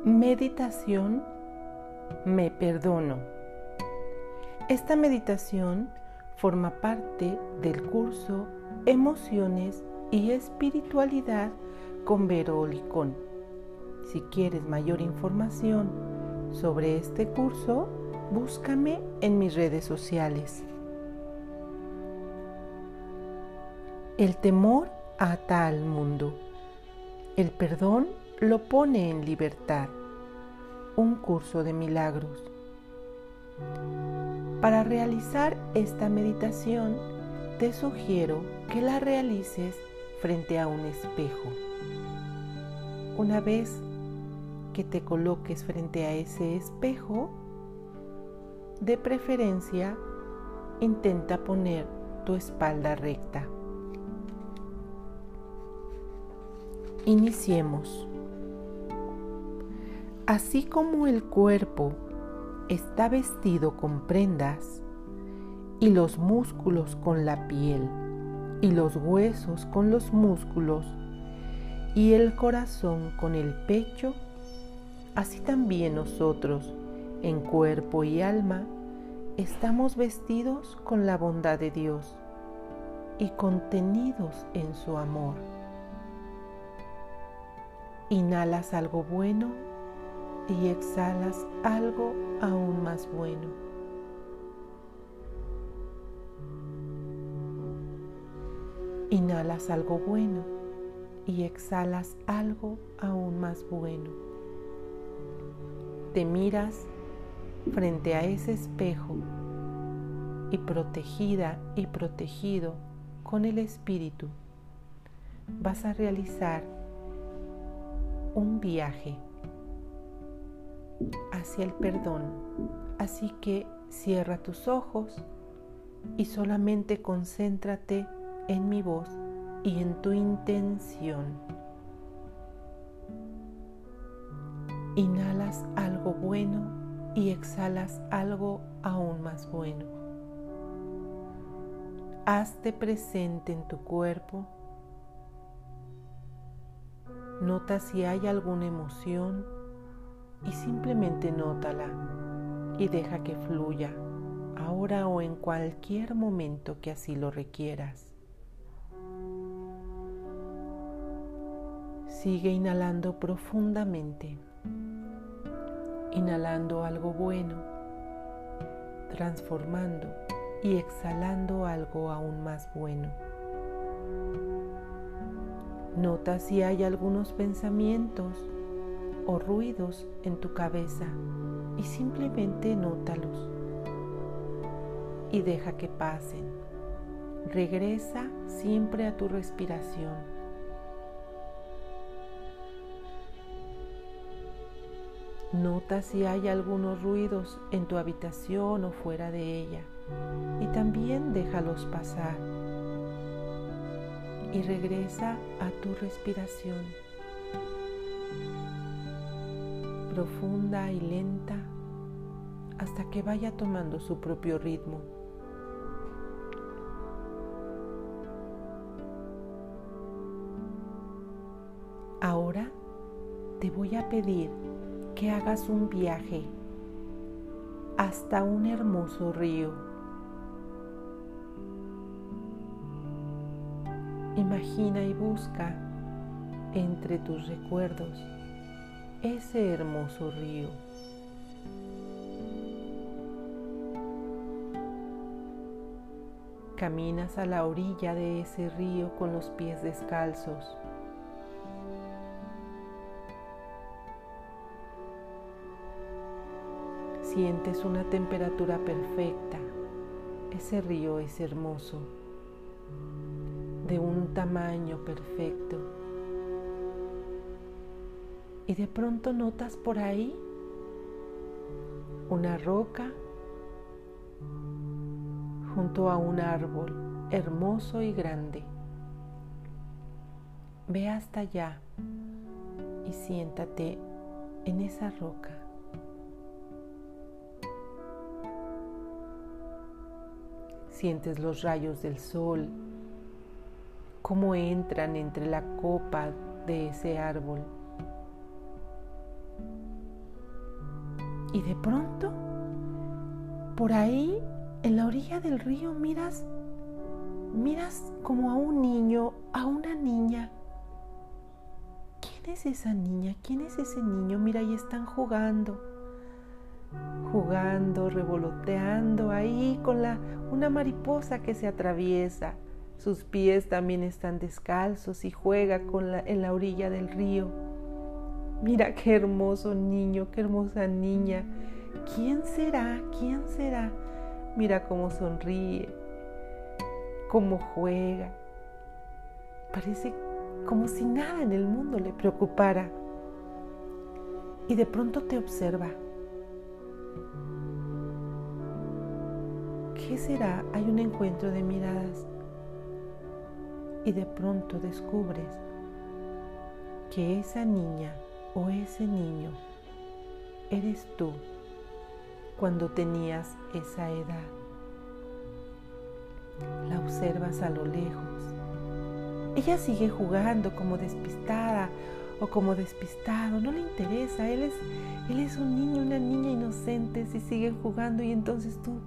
Meditación Me Perdono. Esta meditación forma parte del curso Emociones y Espiritualidad con Vero Olicón. Si quieres mayor información sobre este curso, búscame en mis redes sociales. El temor ata al mundo. El perdón lo pone en libertad. Un curso de milagros. Para realizar esta meditación, te sugiero que la realices frente a un espejo. Una vez que te coloques frente a ese espejo, de preferencia, intenta poner tu espalda recta. Iniciemos. Así como el cuerpo está vestido con prendas, y los músculos con la piel, y los huesos con los músculos, y el corazón con el pecho, así también nosotros, en cuerpo y alma, estamos vestidos con la bondad de Dios y contenidos en su amor. Inhalas algo bueno y exhalas algo aún más bueno. Inhalas algo bueno y exhalas algo aún más bueno. Te miras frente a ese espejo y protegida y protegido con el Espíritu, vas a realizar un viaje hacia el perdón. Así que cierra tus ojos y solamente concéntrate en mi voz y en tu intención. Inhalas algo bueno y exhalas algo aún más bueno. Hazte presente en tu cuerpo. Nota si hay alguna emoción y simplemente nótala y deja que fluya ahora o en cualquier momento que así lo requieras. Sigue inhalando profundamente, inhalando algo bueno, transformando y exhalando algo aún más bueno. Nota si hay algunos pensamientos o ruidos en tu cabeza y simplemente nótalos y deja que pasen. Regresa siempre a tu respiración. Nota si hay algunos ruidos en tu habitación o fuera de ella y también déjalos pasar. Y regresa a tu respiración, profunda y lenta, hasta que vaya tomando su propio ritmo. Ahora te voy a pedir que hagas un viaje hasta un hermoso río. Imagina y busca entre tus recuerdos ese hermoso río. Caminas a la orilla de ese río con los pies descalzos. Sientes una temperatura perfecta. Ese río es hermoso, de un tamaño perfecto. Y de pronto notas por ahí una roca junto a un árbol hermoso y grande. Ve hasta allá y siéntate en esa roca. Sientes los rayos del sol, cómo entran entre la copa de ese árbol. Y de pronto, por ahí, en la orilla del río, miras como a un niño, a una niña. ¿Quién es esa niña? ¿Quién es ese niño? Mira, ahí están jugando, revoloteando ahí con una mariposa que se atraviesa. Sus pies también están descalzos y juega en la orilla del río. Mira qué hermoso niño, qué hermosa niña. ¿Quién será? ¿Quién será? Mira cómo sonríe, cómo juega. Parece como si nada en el mundo le preocupara. Y de pronto te observa. ¿Qué será? Hay un encuentro de miradas. Y de pronto descubres que esa niña o ese niño eres tú cuando tenías esa edad. La observas a lo lejos. Ella sigue jugando como despistada o como despistado, no le interesa. Él es un niño, una niña inocentes y siguen jugando, y entonces tú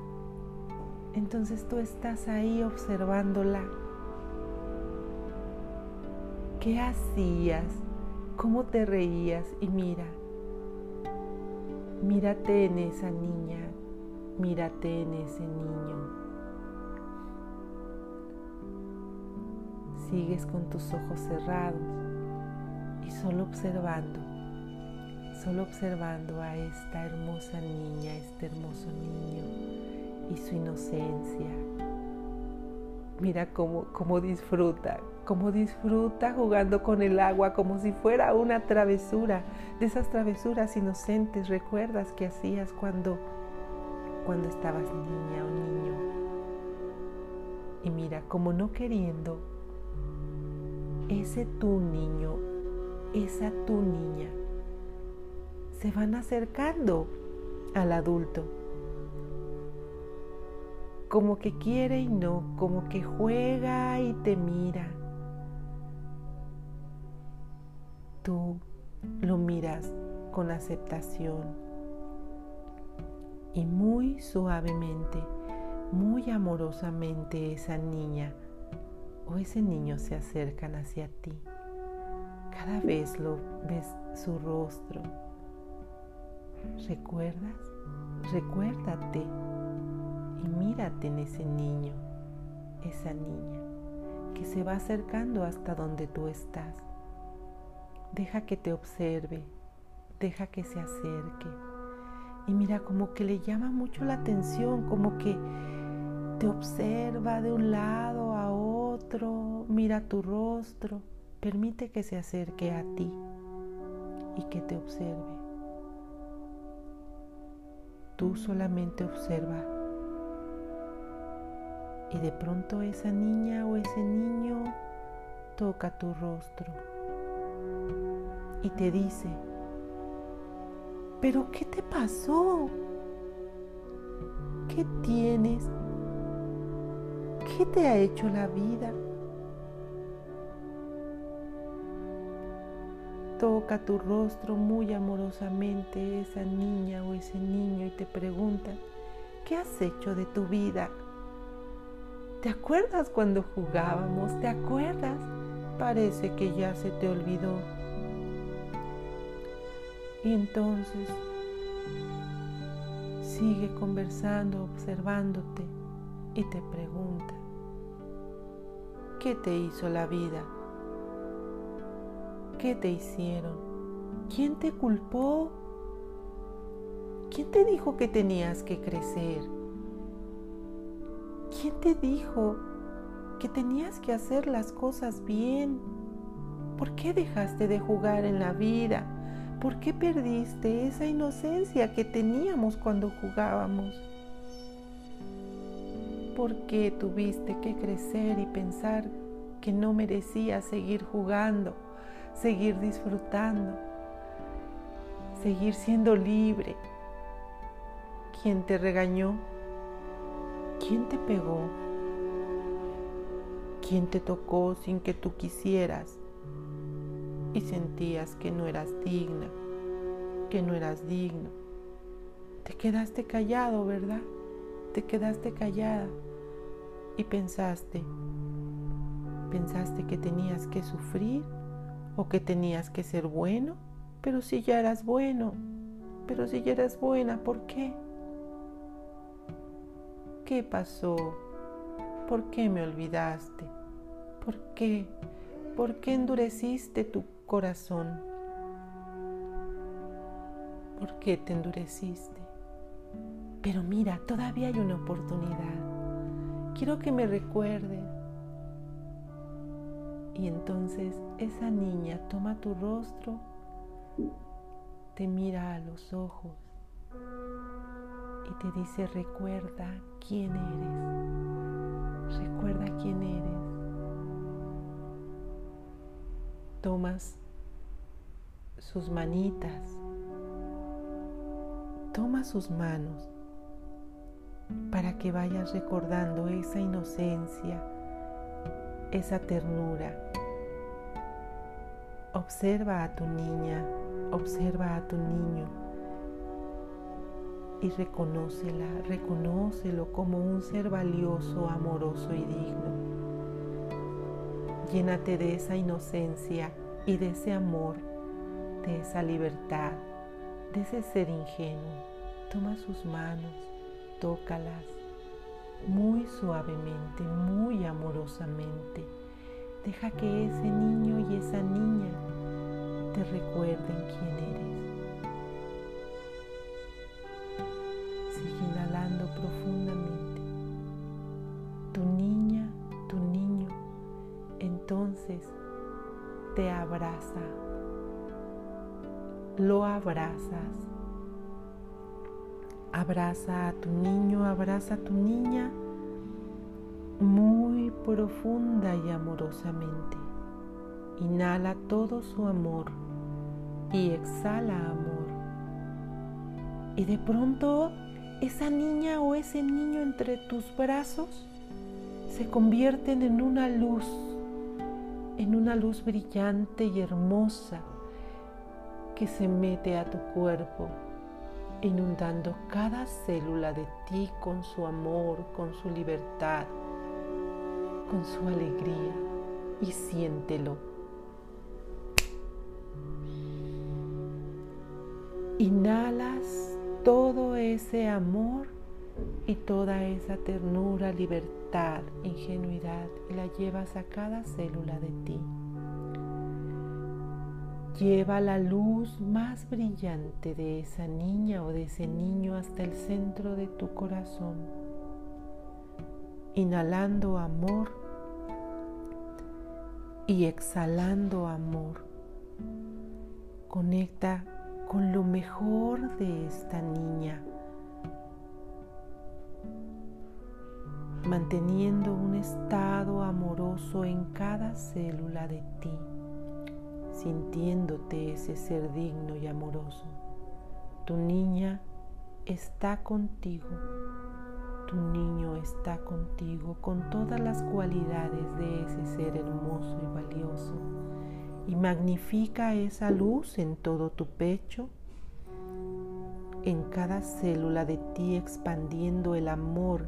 estás ahí observándola. ¿Qué hacías? ¿Cómo te reías? Y mírate en esa niña, mírate en ese niño. Sigues con tus ojos cerrados y solo observando a esta hermosa niña, este hermoso niño y su inocencia. Mira cómo disfruta jugando con el agua como si fuera una travesura, de esas travesuras inocentes. ¿Recuerdas que hacías cuando estabas niña o niño? Y mira, como no queriendo, ese tu niño, esa tu niña, se van acercando al adulto. Como que quiere y no, como que juega y te mira. Tú lo miras con aceptación y muy suavemente, muy amorosamente esa niña o ese niño se acercan hacia ti. Cada vez lo ves su rostro. ¿Recuerdas? Recuérdate y mírate en ese niño, esa niña que se va acercando hasta donde tú estás. Deja que te observe, deja que se acerque y mira como que le llama mucho la atención, como que te observa de un lado a otro, mira tu rostro, permite que se acerque a ti y que te observe. Tú solamente observa y de pronto esa niña o ese niño toca tu rostro y te dice: ¿pero qué te pasó? ¿Qué tienes? ¿Qué te ha hecho la vida? Toca tu rostro muy amorosamente esa niña o ese niño y te pregunta: ¿qué has hecho de tu vida? ¿Te acuerdas cuando jugábamos? ¿Te acuerdas? Parece que ya se te olvidó. Y entonces sigue conversando, observándote y te pregunta: ¿qué te hizo la vida? ¿Qué te hicieron? ¿Quién te culpó? ¿Quién te dijo que tenías que crecer? ¿Quién te dijo que tenías que hacer las cosas bien? ¿Por qué dejaste de jugar en la vida? ¿Por qué perdiste esa inocencia que teníamos cuando jugábamos? ¿Por qué tuviste que crecer y pensar que no merecías seguir jugando, seguir disfrutando, seguir siendo libre? ¿Quién te regañó? ¿Quién te pegó? ¿Quién te tocó sin que tú quisieras y sentías que no eras digna, que no eras digno? Te quedaste callado, ¿verdad? Te quedaste callada y pensaste que tenías que sufrir o que tenías que ser bueno, pero si ya eras bueno, pero si ya eras buena, ¿por qué? ¿Qué pasó? ¿Por qué me olvidaste? ¿Por qué? ¿Por qué endureciste tu corazón? ¿Por qué te endureciste? Pero mira, todavía hay una oportunidad. Quiero que me recuerdes. Y entonces esa niña toma tu rostro, te mira a los ojos y te dice: recuerda quién eres. Recuerda quién eres. Tomas sus manitas, toma sus manos para que vayas recordando esa inocencia, esa ternura. Observa a tu niña, observa a tu niño y reconócelo como un ser valioso, amoroso y digno. Llénate de esa inocencia y de ese amor, de esa libertad, de ese ser ingenuo. Toma sus manos, tócalas muy suavemente, muy amorosamente. Deja que ese niño y esa niña te recuerden quién eres. Sigue inhalando profundamente. Tu niña, tu niño, entonces te abraza. Lo abrazas. Abraza a tu niño, abraza a tu niña muy profunda y amorosamente. Inhala todo su amor y exhala amor. Y de pronto esa niña o ese niño entre tus brazos se convierten en una luz brillante y hermosa que se mete a tu cuerpo, inundando cada célula de ti con su amor, con su libertad, con su alegría, y siéntelo. Inhalas todo ese amor y toda esa ternura, libertad, ingenuidad, y la llevas a cada célula de ti. Lleva la luz más brillante de esa niña o de ese niño hasta el centro de tu corazón. Inhalando amor y exhalando amor. Conecta con lo mejor de esta niña, manteniendo un estado amoroso en cada célula de ti, sintiéndote ese ser digno y amoroso. Tu niña está contigo, tu niño está contigo con todas las cualidades de ese ser hermoso y valioso, y magnifica esa luz en todo tu pecho, en cada célula de ti, expandiendo el amor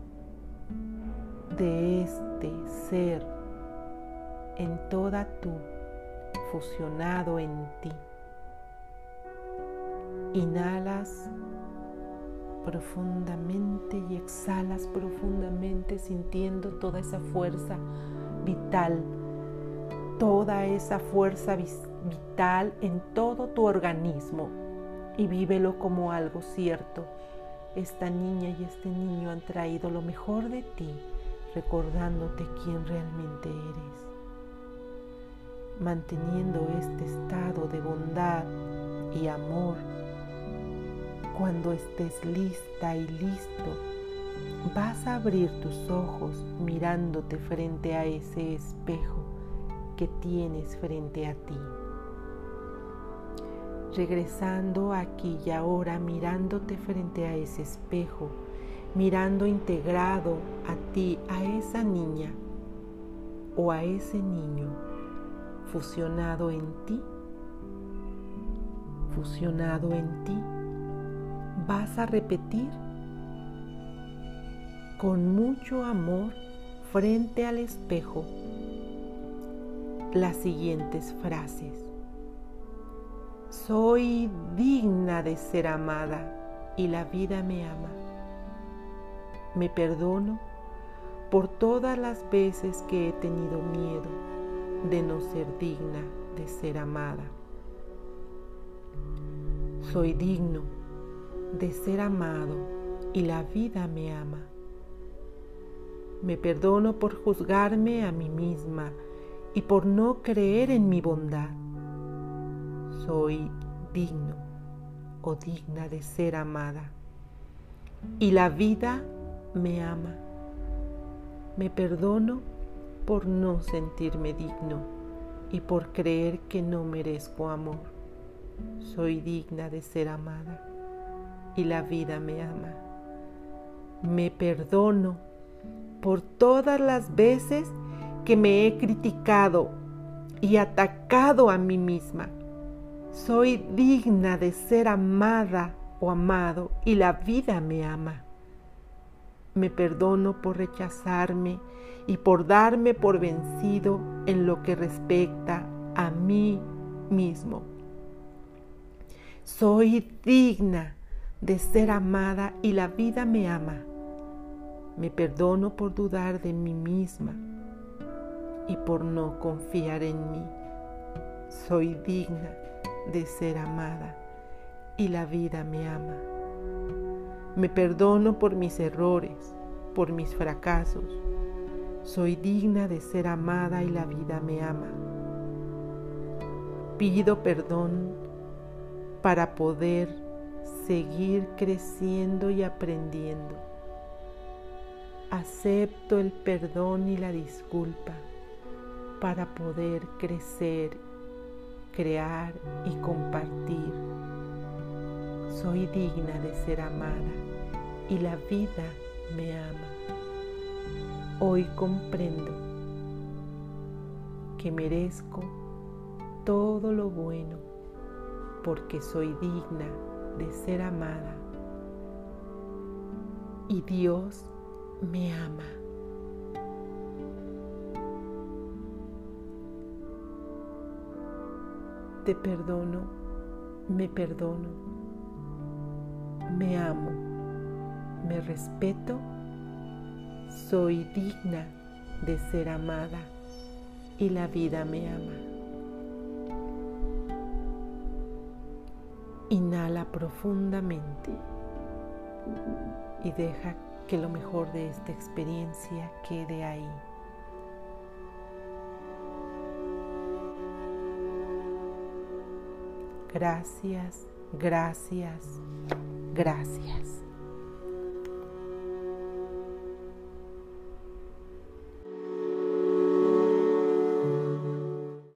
de este ser en toda tú, fusionado en ti. Inhalas profundamente y exhalas profundamente, sintiendo toda esa fuerza vital, toda esa fuerza vital en todo tu organismo, y vívelo como algo cierto. Esta niña y este niño han traído lo mejor de ti, recordándote quién realmente eres, manteniendo este estado de bondad y amor. Cuando estés lista y listo, vas a abrir tus ojos mirándote frente a ese espejo que tienes frente a ti. Regresando aquí y ahora, mirándote frente a ese espejo, mirando integrado a ti, a esa niña o a ese niño, fusionado en ti, vas a repetir con mucho amor frente al espejo las siguientes frases. Soy digna de ser amada y la vida me ama. Me perdono por todas las veces que he tenido miedo de no ser digna de ser amada. Soy digno de ser amado y la vida me ama. Me perdono por juzgarme a mí misma y por no creer en mi bondad. Soy digno o digna de ser amada y la vida me ama. Me perdono por no sentirme digno y por creer que no merezco amor. Soy digna de ser amada y la vida me ama. Me perdono por todas las veces que me he criticado y atacado a mí misma. Soy digna de ser amada o amado y la vida me ama. Me perdono por rechazarme y por darme por vencido en lo que respecta a mí mismo. Soy digna de ser amada y la vida me ama. Me perdono por dudar de mí misma y por no confiar en mí. Soy digna de ser amada y la vida me ama. Me perdono por mis errores, por mis fracasos. Soy digna de ser amada y la vida me ama. Pido perdón para poder seguir creciendo y aprendiendo. Acepto el perdón y la disculpa para poder crecer, crear y compartir. Soy digna de ser amada y la vida me ama. Hoy comprendo que merezco todo lo bueno porque soy digna de ser amada y Dios me ama. Te perdono, me amo, me respeto, soy digna de ser amada y la vida me ama. Inhala profundamente y deja que lo mejor de esta experiencia quede ahí. Gracias, gracias, gracias.